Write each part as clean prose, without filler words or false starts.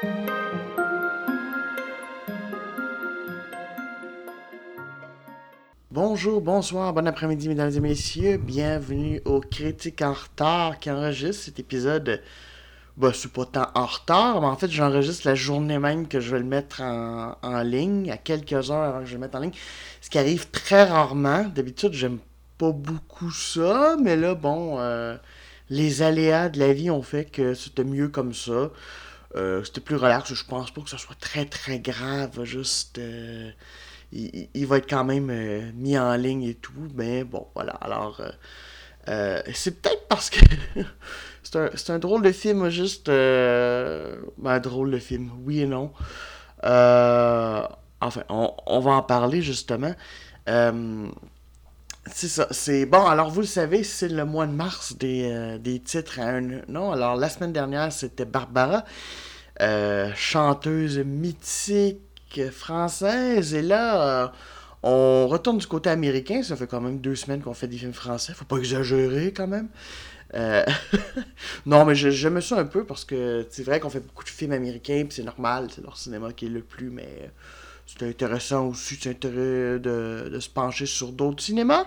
Bonjour, bonsoir, bon après-midi, mesdames et messieurs. Bienvenue au Critique en retard qui enregistre cet épisode. Bah, c'est pas tant en retard, mais en fait, j'enregistre la journée même que je vais le mettre en ligne, à quelques heures avant que je le mette en ligne. Ce qui arrive très rarement. D'habitude, j'aime pas beaucoup ça, mais là, bon, les aléas de la vie ont fait que c'était mieux comme ça. C'était plus relax. Je pense pas que ce soit très très grave. Juste, il va être quand même mis en ligne et tout. Mais bon, voilà. Alors, c'est peut-être parce que c'est un drôle de film, juste. Ben, drôle de film, oui et non. Euh, enfin, on va en parler justement. Euh, c'est ça. C'est bon. Alors, vous le savez, c'est le mois de mars des titres à un. Non, alors la semaine dernière, c'était Barbara, chanteuse mythique française. Et là, on retourne du côté américain. Ça fait quand même 2 semaines qu'on fait des films français. Faut pas exagérer quand même. Euh, non, mais j'aime ça un peu parce que c'est vrai qu'on fait beaucoup de films américains, puis c'est normal, c'est leur cinéma qui est le plus, mais c'est intéressant aussi de se pencher sur d'autres cinémas.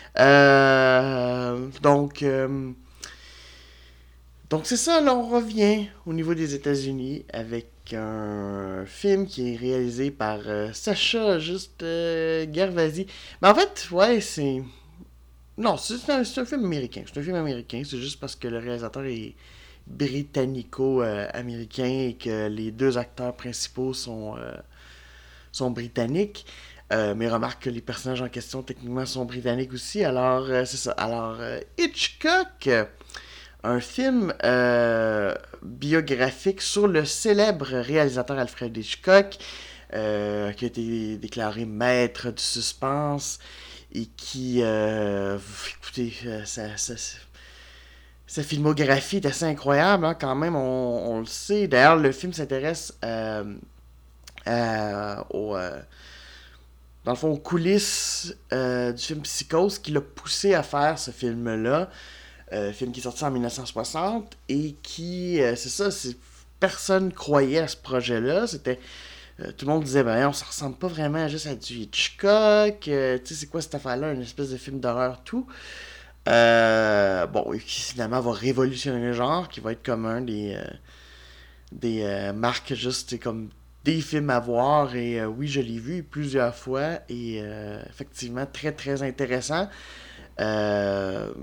Euh, donc, euh, donc c'est ça, là on revient au niveau des États-Unis avec un film qui est réalisé par Sacha juste Gervasi. Mais en fait, ouais, c'est... Non, c'est un film américain. C'est un film américain. C'est juste parce que le réalisateur est britannico-américain et que les deux acteurs principaux sont britanniques. Mais remarque que les personnages en question, techniquement, sont britanniques aussi. Alors, c'est ça. Alors, Hitchcock, un film biographique sur le célèbre réalisateur Alfred Hitchcock, qui a été déclaré maître du suspense et qui, écoutez, sa filmographie est assez incroyable, hein, quand même, on le sait. D'ailleurs, le film s'intéresse dans le fond, aux coulisses du film Psychose qui l'a poussé à faire ce film-là. Film qui est sorti en 1960 et qui, c'est ça, personne croyait à ce projet-là. Tout le monde disait, ben, ça ressemble pas vraiment juste à du Hitchcock. Tu sais, c'est quoi cette affaire-là, une espèce de film d'horreur, tout. Bon, et qui finalement va révolutionner le genre, qui va être comme un des marques, juste, c'est comme des films à voir. Et oui, je l'ai vu plusieurs fois et effectivement, très très intéressant. Euh,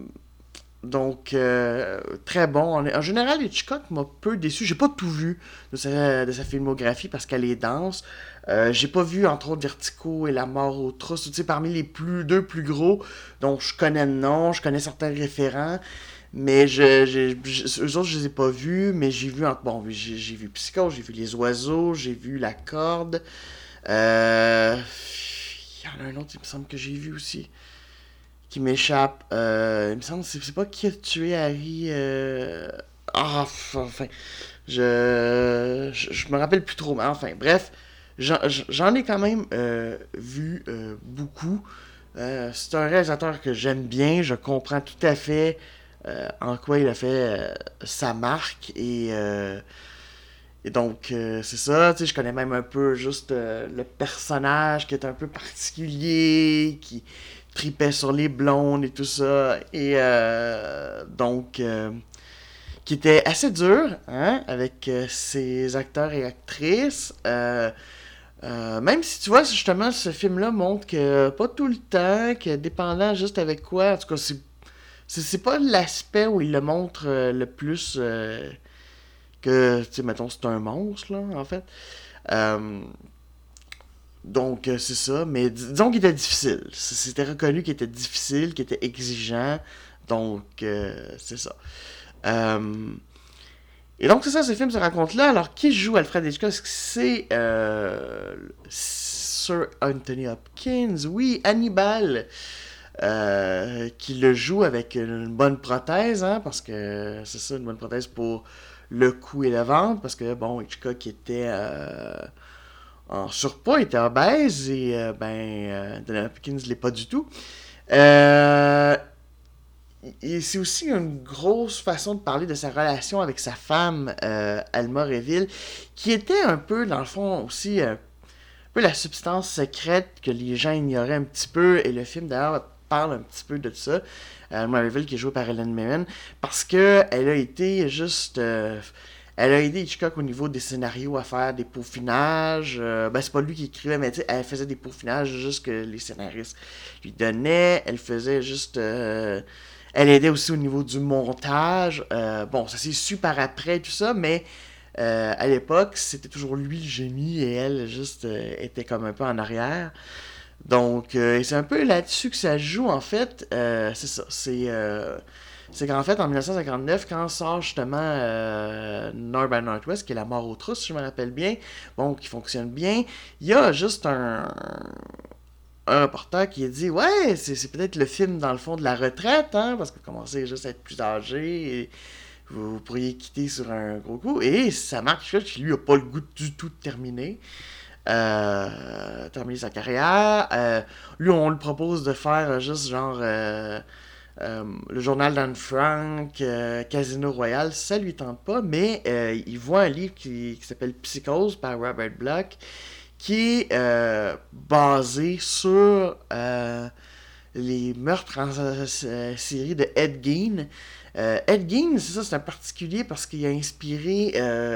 très bon. En général, Hitchcock m'a peu déçu. J'ai pas tout vu de sa filmographie parce qu'elle est dense. J'ai pas vu, entre autres, Vertigo et La mort aux trousses. Tu sais, parmi les deux plus gros, donc je connais le nom, je connais certains référents, mais eux autres, je les ai pas vus, mais bon, j'ai vu Psycho, j'ai vu Les Oiseaux, j'ai vu La Corde. Il y en a un autre, il me semble que j'ai vu aussi qui m'échappe. Il me semble que c'est pas qui a tué Harry. Enfin, je me rappelle plus trop. Mais enfin, bref, j'en ai quand même vu beaucoup. C'est un réalisateur que j'aime bien. Je comprends tout à fait en quoi il a fait sa marque. Et donc, c'est ça, tu sais, je connais même un peu juste le personnage qui est un peu particulier, qui tripait sur les blondes et tout ça. Et qui était assez dur, hein, avec ses acteurs et actrices. Même si tu vois, justement, ce film-là montre que pas tout le temps, que dépendant juste avec quoi, en tout cas, c'est pas l'aspect où il le montre le plus que, tu sais, mettons, c'est un monstre, là, en fait. Euh, c'est ça. Mais disons qu'il était difficile. C'était reconnu qu'il était difficile, qu'il était exigeant. C'est ça. Euh, et donc, c'est ça, ce film se raconte là. Alors, qui joue Alfred Hitchcock? C'est Sir Anthony Hopkins. Oui, Hannibal. Qui le joue avec une bonne prothèse, hein, parce que c'est ça, une bonne prothèse pour le cou et le ventre, parce que, bon, Hitchcock était en surpoids, était obèse, et Anthony Hopkins ne l'est pas du tout. Euh, et c'est aussi une grosse façon de parler de sa relation avec sa femme, Alma Reville, qui était un peu, dans le fond, aussi un peu la substance secrète que les gens ignoraient un petit peu, et le film d'ailleurs parle un petit peu de ça. Alma Reville qui est jouée par Helen Mirren, parce que elle a été juste... elle a aidé Hitchcock au niveau des scénarios à faire des peaufinages. Ben, c'est pas lui qui écrivait, mais tu sais, elle faisait des peaufinages juste que les scénaristes lui donnaient. Elle faisait juste. Elle aidait aussi au niveau du montage. Bon, ça s'est su par après, tout ça, mais à l'époque, c'était toujours lui le génie et elle juste était comme un peu en arrière. Donc, c'est un peu là-dessus que ça joue, en fait. C'est ça. C'est qu'en fait, en 1959, quand sort justement North by Northwest, qui est La mort aux trousses, si je me rappelle bien, bon, qui fonctionne bien, il y a juste un reporter qui a dit ouais, c'est peut-être le film dans le fond de la retraite, hein, parce que vous commencez juste à être plus âgé et vous pourriez quitter sur un gros coup. Et ça marche, lui, il a pas le goût du tout de terminer sa carrière. Lui, on le propose de faire juste genre le journal d'Anne Frank, Casino Royale, ça lui tente pas, mais il voit un livre qui s'appelle Psychose par Robert Bloch, qui est basé sur les meurtres en série de Ed Gein. Ed Gein, c'est ça, c'est un particulier parce qu'il a inspiré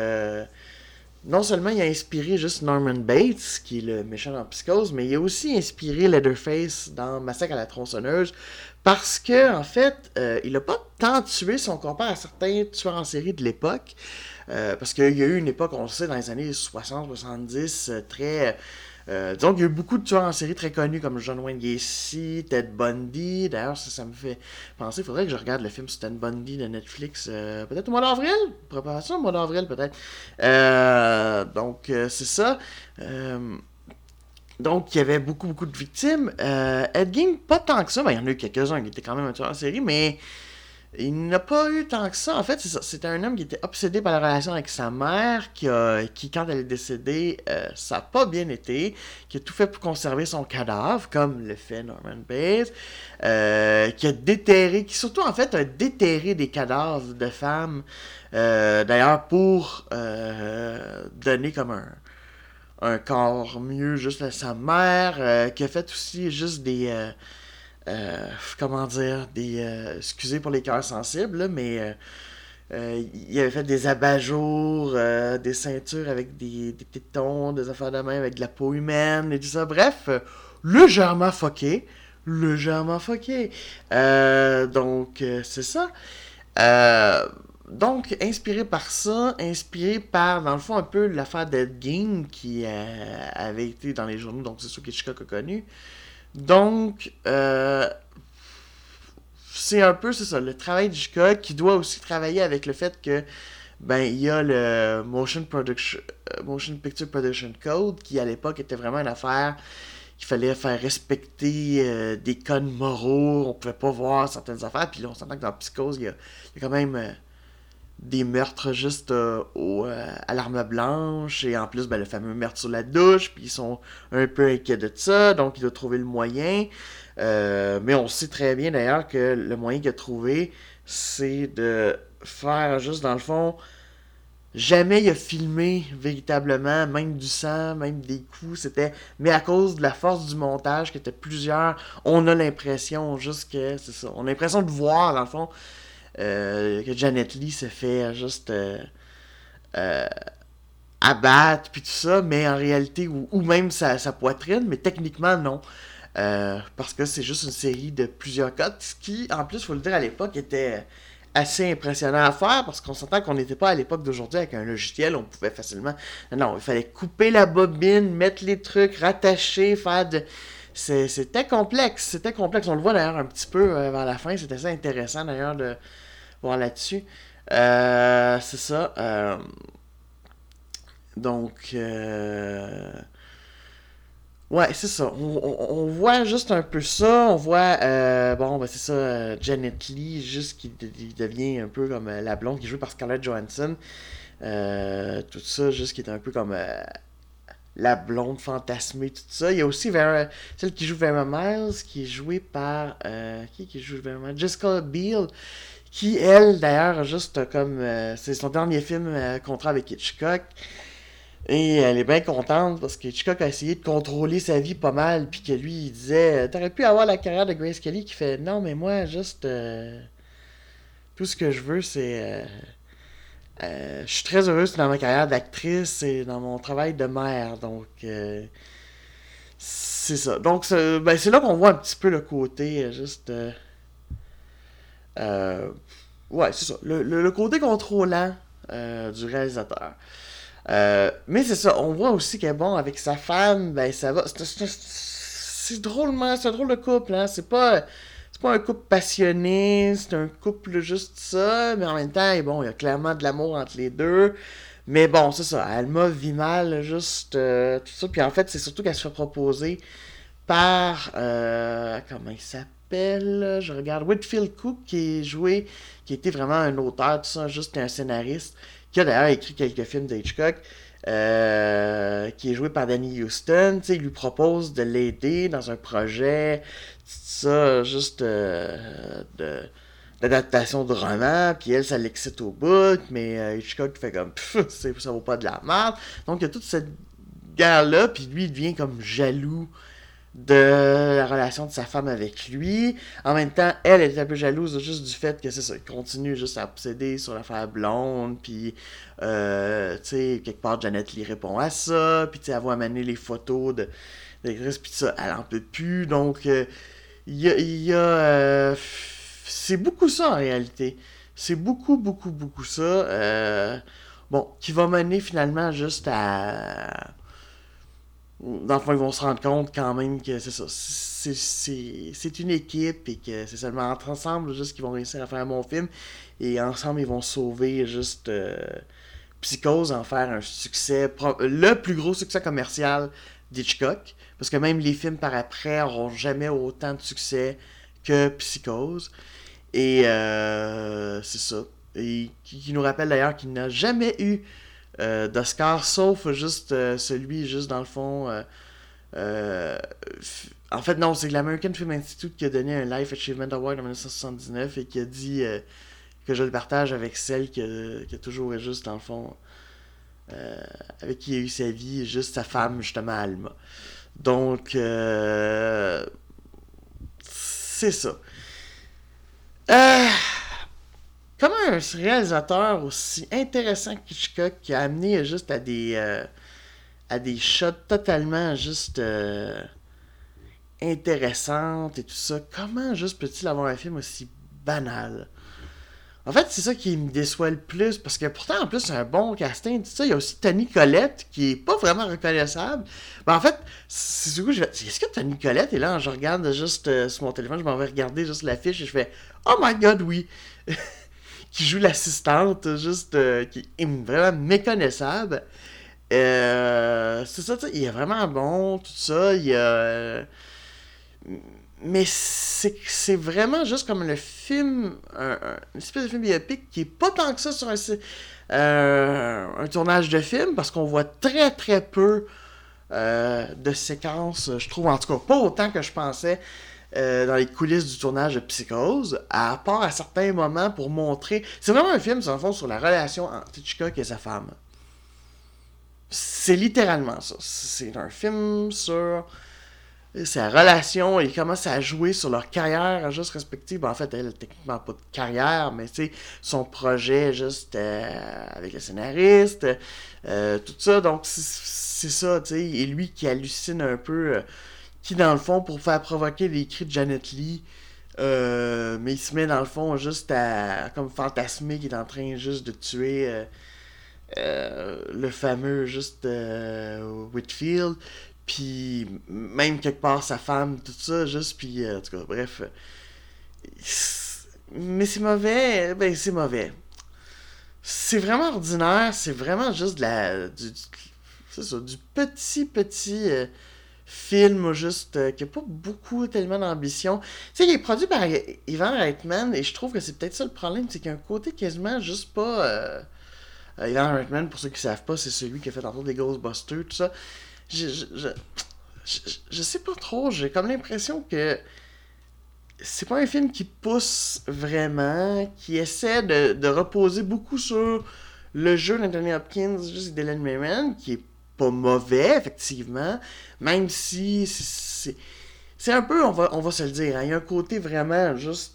non seulement il a inspiré juste Norman Bates, qui est le méchant dans Psychose, mais il a aussi inspiré Leatherface dans Massacre à la tronçonneuse, parce que en fait, il a pas tant tué si on compare à certains tueurs en série de l'époque, parce qu'il y a eu une époque, on le sait, dans les années 60-70, très... disons qu'il y a eu beaucoup de tueurs en série très connus comme John Wayne Gacy, Ted Bundy. D'ailleurs, ça me fait penser, il faudrait que je regarde le film sur Ted Bundy de Netflix, peut-être au mois d'avril. Préparation au mois d'avril, peut-être. Donc, c'est ça. Donc, il y avait beaucoup, beaucoup de victimes. Ed Gein, pas tant que ça. Ben, il y en a eu quelques-uns qui étaient quand même un tueur en série, mais il n'a pas eu tant que ça. En fait, c'est ça. C'était un homme qui était obsédé par la relation avec sa mère, qui quand elle est décédée, ça n'a pas bien été, qui a tout fait pour conserver son cadavre, comme le fait Norman Bates, qui a déterré, qui surtout en fait a déterré des cadavres de femmes, d'ailleurs pour donner comme un corps mieux juste à sa mère, qui a fait aussi juste des... comment dire, excusez pour les cœurs sensibles, là, mais il avait fait des abat-jours, des ceintures avec des tétons, des affaires de main avec de la peau humaine et tout ça. Bref, légèrement fucké. Légèrement fucké. Donc, c'est ça. Euh, donc, inspiré par ça, inspiré par, dans le fond, un peu l'affaire d'Ed Gein qui avait été dans les journaux, donc c'est sûr qu'Hitchcock a connu. Donc, c'est un peu, c'est ça, le travail d'Hitchcock qui doit aussi travailler avec le fait que, ben, il y a le Motion Picture Production Code qui, à l'époque, était vraiment une affaire qu'il fallait faire respecter des codes moraux, on pouvait pas voir certaines affaires, puis là, on s'entend que dans Psychose, il y a quand même des meurtres juste à l'arme blanche, et en plus, ben, le fameux meurtre sur la douche, puis ils sont un peu inquiets de ça, donc il doit trouver le moyen. Mais on sait très bien d'ailleurs que le moyen qu'il a trouvé, c'est de faire juste dans le fond. Jamais il a filmé véritablement, même du sang, même des coups, c'était... Mais à cause de la force du montage, qui était plusieurs, on a l'impression juste que... C'est ça, on a l'impression de voir, dans le fond, que Janet Leigh se fait juste euh, abattre, puis tout ça, mais en réalité, ou même sa poitrine, mais techniquement, non. Parce que c'est juste une série de plusieurs codes, ce qui, en plus, faut le dire, à l'époque, était assez impressionnant à faire, parce qu'on s'entend qu'on n'était pas à l'époque d'aujourd'hui avec un logiciel, on pouvait facilement... Non, il fallait couper la bobine, mettre les trucs, rattacher, faire de... C'était complexe, c'était complexe. On le voit d'ailleurs un petit peu vers la fin, c'était assez intéressant d'ailleurs de voir là-dessus. C'est ça. Donc, ouais, c'est ça. On voit juste un peu ça. On voit, bon, ben c'est ça, Janet Leigh, juste qui devient un peu comme la blonde qui est jouée par Scarlett Johansson. Tout ça, juste qui est un peu comme la blonde fantasmée, tout ça. Il y a aussi celle qui joue Vera Miles, qui est jouée par... qui joue Vera Miles? Jessica Biel, qui, elle, d'ailleurs, juste comme... c'est son dernier film, contrat avec Hitchcock. Et elle est bien contente parce que Hitchcock a essayé de contrôler sa vie pas mal, puis que lui, il disait, t'aurais pu avoir la carrière de Grace Kelly, qui fait, non, mais moi, juste... tout ce que je veux, c'est... je suis très heureuse dans ma carrière d'actrice et dans mon travail de mère, donc... c'est ça. Donc, c'est là qu'on voit un petit peu le côté, juste... euh, ouais, c'est ça. Le côté contrôlant du réalisateur. Mais c'est ça, on voit aussi que bon, avec sa femme, ben ça va. C'est un drôle de couple, hein. C'est pas un couple passionné, c'est un couple juste ça, mais en même temps, bon, il y a clairement de l'amour entre les deux. Mais bon, c'est ça, Alma vit mal, juste tout ça. Puis en fait, c'est surtout qu'elle se fait proposer par. Comment il s'appelle? Je regarde. Whitfield Cook, qui était vraiment un auteur, tout ça, juste un scénariste, qui a d'ailleurs écrit quelques films d'Hitchcock, qui est joué par Danny Houston. Tu sais, il lui propose de l'aider dans un projet, tout ça, juste d'adaptation de roman, puis elle, ça l'excite au bout, mais Hitchcock fait comme, ça vaut pas de la merde. Donc, il y a toute cette guerre-là, puis lui, il devient comme jaloux de la relation de sa femme avec lui. En même temps, elle est un peu jalouse juste du fait que c'est ça, il continue juste à obséder sur l'affaire blonde, puis tu sais, quelque part, Janet Leigh répond à ça, puis tu sais, elle va amener les photos de l'actrice, puis ça, elle en peut plus, donc c'est beaucoup ça en réalité. C'est beaucoup, beaucoup, beaucoup ça. Bon, qui va mener finalement juste à dans le fond, ils vont se rendre compte quand même que c'est ça. C'est une équipe et que c'est seulement entre ensemble juste qu'ils vont réussir à faire un bon film. Et ensemble, ils vont sauver juste Psychose, en faire un succès, le plus gros succès commercial d'Hitchcock. Parce que même les films par après n'auront jamais autant de succès que Psychose. Et c'est ça. Et qui nous rappelle d'ailleurs qu'il n'a jamais eu d'Oscar, sauf juste celui, juste dans le fond. Euh, en fait, non, c'est l'American Film Institute qui a donné un Life Achievement Award en 1979 et qui a dit que je le partage avec celle qui a toujours juste, dans le fond, avec qui il a eu sa vie, juste sa femme, justement, Alma. Donc, c'est ça. Euh, Comment un réalisateur aussi intéressant qu'Hitchcock qui a amené juste à des shots totalement juste intéressantes et tout ça, comment juste peut-il avoir un film aussi banal? En fait, c'est ça qui me déçoit le plus, parce que pourtant, en plus, c'est un bon casting, tout ça. Il y a aussi Toni Collette, qui est pas vraiment reconnaissable. Mais en fait, c'est du coup, est-ce que Toni Collette est là? Je regarde juste sur mon téléphone, je m'en vais regarder juste l'affiche et je fais, oh my god, oui! Qui joue l'assistante, juste, qui est vraiment méconnaissable. C'est ça, tu sais, il est vraiment bon, tout ça. Il y a. Mais c'est vraiment juste comme le film, une espèce de film biopic qui est pas tant que ça sur un tournage de film, parce qu'on voit très très peu de séquences, je trouve, en tout cas, pas autant que je pensais. Dans les coulisses du tournage de Psychose, à part à certains moments pour montrer. C'est vraiment un film, dans le fond, sur la relation entre Hitchcock et sa femme. C'est littéralement ça. C'est un film sur sa relation. Ils commencent à jouer sur leur carrière juste respective. En fait, elle n'a techniquement pas de carrière, mais tu sais, son projet juste avec le scénariste, tout ça. Donc, c'est ça, tu sais. Et lui qui hallucine un peu. Qui, dans le fond, pour faire provoquer les cris de Janet Leigh, mais il se met, dans le fond, juste à comme fantasmer qu'il est en train juste de tuer le fameux, juste, Whitfield, puis même quelque part sa femme, tout ça, juste, puis, en tout cas, bref. Mais c'est mauvais, ben c'est mauvais. C'est vraiment ordinaire, c'est vraiment juste c'est ça, du petit film juste qui a pas beaucoup tellement d'ambition. Tu sais, il est produit par Ivan Reitman et je trouve que c'est peut-être ça le problème, c'est qu'il y a un côté quasiment juste pas Ivan Reitman, pour ceux qui savent pas, c'est celui qui a fait entre autres des Ghostbusters, tout ça. je sais pas trop, j'ai comme l'impression que c'est pas un film qui pousse vraiment, qui essaie de reposer beaucoup sur le jeu d'Anthony Hopkins, juste d'Helen Mirren, qui est pas mauvais, effectivement, même si c'est un peu, on va se le dire, hein, il y a un côté vraiment juste,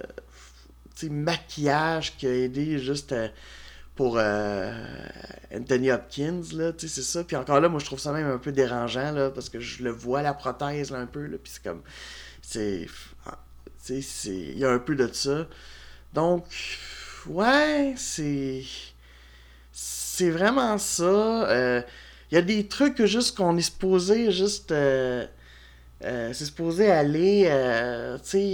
maquillage qui a aidé juste pour Anthony Hopkins, là, tu sais, c'est ça. Puis encore là, moi, je trouve ça même un peu dérangeant, là, parce que je le vois, la prothèse, là, un peu, là, puis c'est comme, c'est, tu sais, il y a un peu de ça. Donc, ouais, c'est vraiment ça. Il y a des trucs que juste qu'on est supposé juste c'est supposé aller tu sais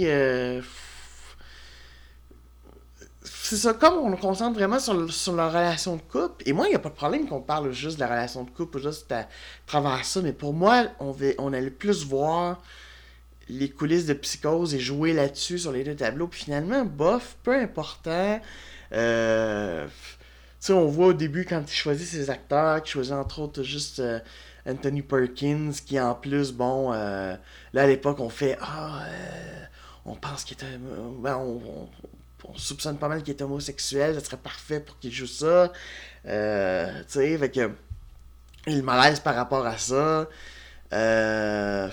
c'est ça, comme on se concentre vraiment sur la relation de couple, et moi, il n'y a pas de problème qu'on parle juste de la relation de couple, juste à travers ça, mais pour moi, on allait plus voir les coulisses de Psychose et jouer là-dessus sur les deux tableaux, puis finalement, bof, peu important. Tu sais, on voit au début quand il choisit ses acteurs, qu'il choisit entre autres juste Anthony Perkins, qui en plus, bon, là à l'époque, on fait on pense qu'il était. Ben, on soupçonne pas mal qu'il est homosexuel, ça serait parfait pour qu'il joue ça. Tu sais, fait que. Il malaise par rapport à ça. Euh,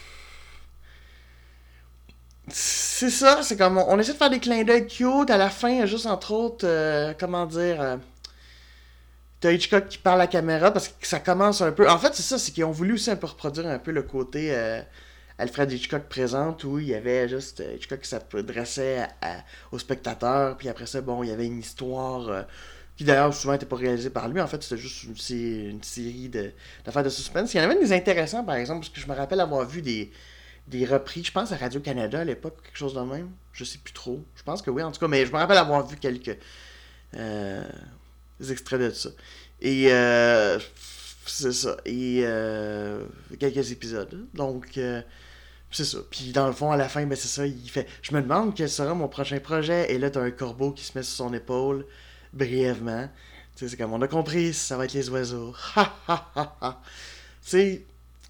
c'est ça, c'est comme. On essaie de faire des clins d'œil cute à la fin, juste entre autres, comment dire. T'as Hitchcock qui parle à la caméra parce que ça commence un peu. En fait, c'est ça, c'est qu'ils ont voulu aussi un peu reproduire un peu le côté Alfred Hitchcock présente où il y avait juste Hitchcock qui s'adressait aux spectateurs, puis après ça, bon, il y avait une histoire qui d'ailleurs souvent n'était pas réalisée par lui. En fait, c'était juste une série d'affaires de suspense. Il y en avait des intéressants, par exemple, parce que je me rappelle avoir vu des reprises, je pense à Radio-Canada à l'époque, quelque chose de même. Je sais plus trop. Je pense que oui, en tout cas, mais je me rappelle avoir vu quelques. Euh, des extraits de ça. Et c'est ça. Et quelques épisodes. Donc, c'est ça. Puis dans le fond, à la fin, ben c'est ça. Il fait je me demande quel sera mon prochain projet. Et là, t'as un corbeau qui se met sur son épaule, brièvement. Tu sais, c'est comme on a compris, ça va être les oiseaux. Ha ha ha ha. C'est.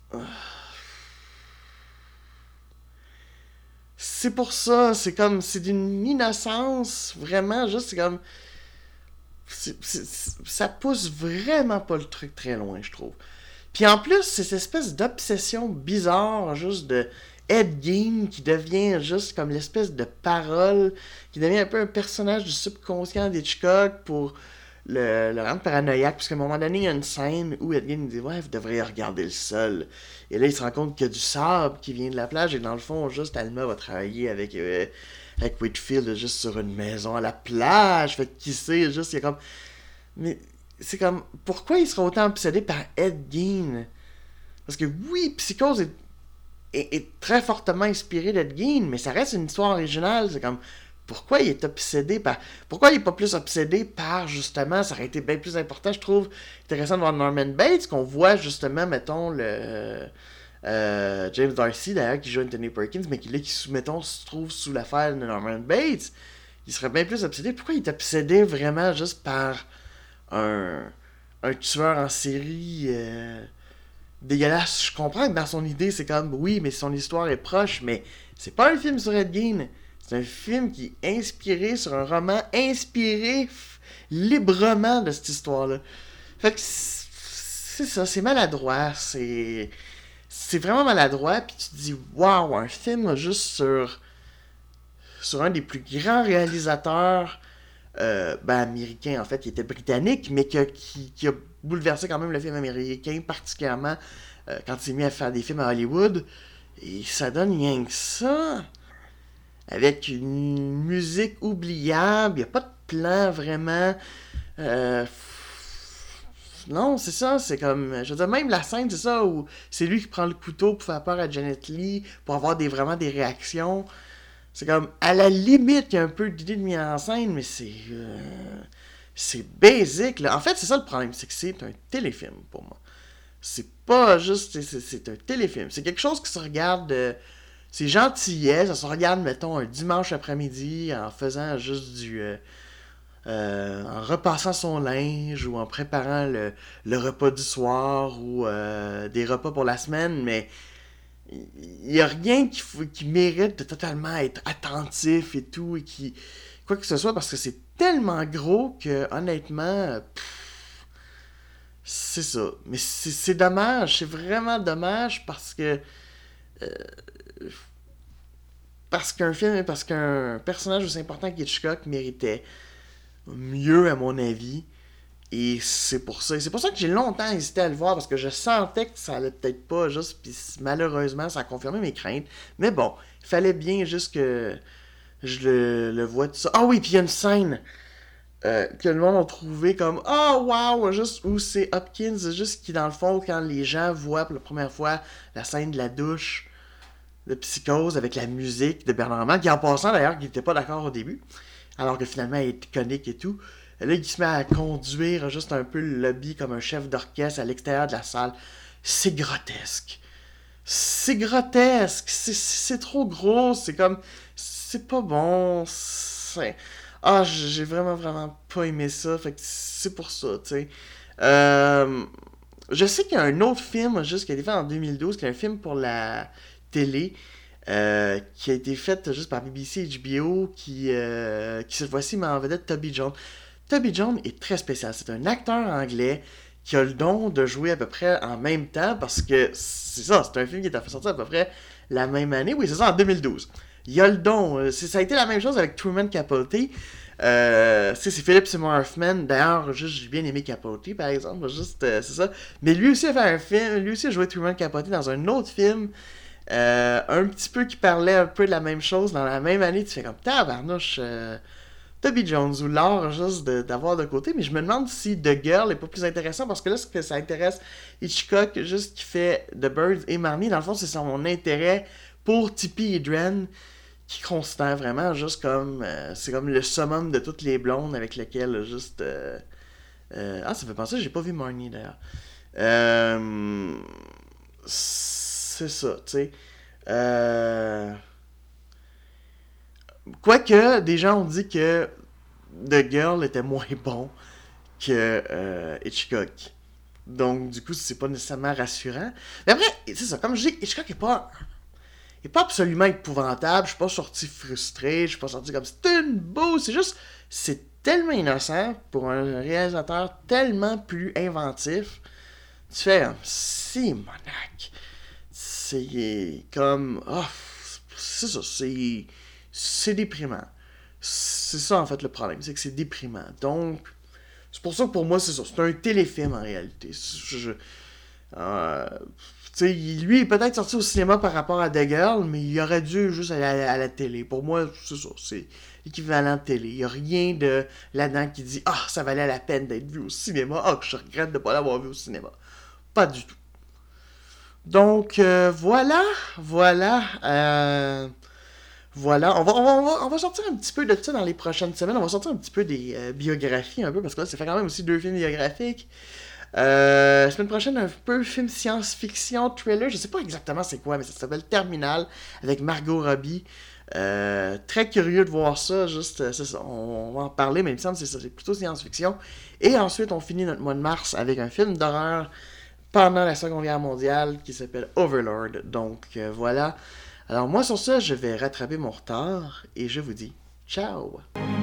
C'est pour ça, c'est comme. C'est d'une innocence, vraiment, juste, c'est comme. Ça pousse vraiment pas le truc très loin, je trouve. Puis en plus, c'est cette espèce d'obsession bizarre, juste de Ed Gein, qui devient juste comme l'espèce de parole, qui devient un peu un personnage du subconscient d'Hitchcock pour le rendre paranoïaque, parce qu'à un moment donné, il y a une scène où Ed Gein dit « Ouais, vous devriez regarder le sol. » Et là, il se rend compte qu'il y a du sable qui vient de la plage, et dans le fond, juste Alma va travailler avec Whitfield juste sur une maison à la plage. Fait qui sait, juste, il y a comme. Mais c'est comme. Pourquoi il serait autant obsédé par Ed Gein? Parce que oui, Psychose est très fortement inspiré d'Ed Gein, mais ça reste une histoire originale. C'est comme. Pourquoi il est obsédé par. Pourquoi il est pas plus obsédé par, justement, ça aurait été bien plus important, je trouve, intéressant de voir Norman Bates, qu'on voit, justement, mettons, James Darcy, d'ailleurs, qui joue Anthony Perkins, mais qui, là, mettons, se trouve sous l'affaire de Norman Bates, il serait bien plus obsédé. Pourquoi il est obsédé vraiment juste par un, un tueur en série dégueulasse? Je comprends que dans son idée, c'est comme, oui, mais son histoire est proche, mais c'est pas un film sur Ed Gein. C'est un film qui est inspiré sur un roman inspiré librement de cette histoire-là. Fait que c'est ça, c'est maladroit, c'est vraiment maladroit, puis tu te dis, waouh, un film juste sur un des plus grands réalisateurs américains, en fait, qui était britannique, mais qui a bouleversé quand même le film américain, particulièrement quand il s'est mis à faire des films à Hollywood. Et ça donne rien que ça, avec une musique oubliable, il n'y a pas de plan vraiment. Euh, non, c'est ça, c'est comme. Je veux dire, même la scène, c'est ça, où c'est lui qui prend le couteau pour faire peur à Janet Leigh, pour avoir vraiment des réactions. C'est comme, à la limite, il y a un peu d'idée de mise en scène, mais c'est. C'est basic, là. En fait, c'est ça le problème, c'est que c'est un téléfilm pour moi. C'est pas juste. C'est un téléfilm. C'est quelque chose qui se regarde. C'est gentillet, ça se regarde, mettons, un dimanche après-midi en faisant juste en repassant son linge ou en préparant le repas du soir ou des repas pour la semaine, mais il n'y a rien qui mérite de totalement être attentif et tout, et qui quoi que ce soit, parce que c'est tellement gros que, honnêtement, c'est ça. Mais c'est dommage, c'est vraiment dommage parce qu'un personnage aussi important qu'Hitchcock méritait mieux, à mon avis. Et c'est pour ça. Et c'est pour ça que j'ai longtemps hésité à le voir, parce que je sentais que ça allait peut-être pas juste, puis malheureusement, ça a confirmé mes craintes. Mais bon, il fallait bien juste que je le vois tout ça. Ah oui, puis il y a une scène que le monde a trouvé comme oh wow, juste où c'est Hopkins, juste qui dans le fond, quand les gens voient pour la première fois la scène de la douche de Psychose avec la musique de Bernard Mann, qui en passant d'ailleurs, qui n'était pas d'accord au début, alors que finalement elle est iconique et tout. Là, il se met à conduire juste un peu le lobby comme un chef d'orchestre à l'extérieur de la salle. C'est grotesque. C'est grotesque. C'est trop gros. C'est comme. C'est pas bon. Ah, j'ai vraiment, vraiment pas aimé ça. Fait que c'est pour ça, tu sais. Euh, je sais qu'il y a un autre film, juste qui a été fait en 2012, qui est un film pour la télé, qui a été fait juste par BBC HBO, qui cette fois-ci met en vedette Toby Jones. Toby Jones est très spécial. C'est un acteur anglais qui a le don de jouer à peu près en même temps, parce que c'est ça, c'est un film qui est sorti à peu près la même année. Oui, c'est ça, en 2012. Il a le don. Ça a été la même chose avec Truman Capote. C'est Philip Seymour Hoffman. D'ailleurs, j'ai bien aimé Capote, par exemple. C'est ça. Mais lui aussi a fait un film. Lui aussi a joué Truman Capote dans un autre film. Un petit peu qui parlait un peu de la même chose dans la même année. Tu fais comme tabarnouche. Toby Jones ou l'art juste d'avoir de côté, mais je me demande si The Girl est pas plus intéressant, parce que là, ce que ça intéresse Hitchcock, juste qui fait The Birds et Marnie, dans le fond, c'est son intérêt pour Tippi Hedren, qui considère vraiment juste comme c'est comme le summum de toutes les blondes avec lesquelles juste ça me fait penser, j'ai pas vu Marnie d'ailleurs. C'est ça, tu sais. Quoique, des gens ont dit que The Girl était moins bon que Hitchcock. Donc, du coup, c'est pas nécessairement rassurant. Mais après, c'est ça, comme je dis, Hitchcock est pas absolument épouvantable. Je suis pas sorti frustré, je suis pas sorti comme c'est une bouse. C'est juste, c'est tellement innocent pour un réalisateur tellement plus inventif. Tu fais, c'est monac. C'est comme, oh, c'est ça, c'est déprimant. C'est ça en fait le problème, c'est que c'est déprimant. Donc, c'est pour ça que pour moi c'est ça, c'est un téléfilm en réalité. Euh, tu sais, lui il est peut-être sorti au cinéma par rapport à The Girl, mais il aurait dû juste aller à la télé. Pour moi, c'est ça, c'est équivalent de télé. Il n'y a rien de là-dedans qui dit ah, ça valait la peine d'être vu au cinéma. Ah, que je regrette de ne pas l'avoir vu au cinéma. Pas du tout. Donc, voilà, on va sortir un petit peu de ça dans les prochaines semaines. On va sortir un petit peu des biographies, un peu, parce que là, ça fait quand même aussi 2 films biographiques. Semaine prochaine, un peu film science-fiction, thriller. Je sais pas exactement c'est quoi, mais ça s'appelle Terminal, avec Margot Robbie. Très curieux de voir ça, juste, c'est ça, on va en parler, mais il me semble que c'est plutôt science-fiction. Et ensuite, on finit notre mois de mars avec un film d'horreur pendant la Seconde Guerre mondiale qui s'appelle Overlord. Donc, voilà. Alors moi sur ça, je vais rattraper mon retard et je vous dis ciao!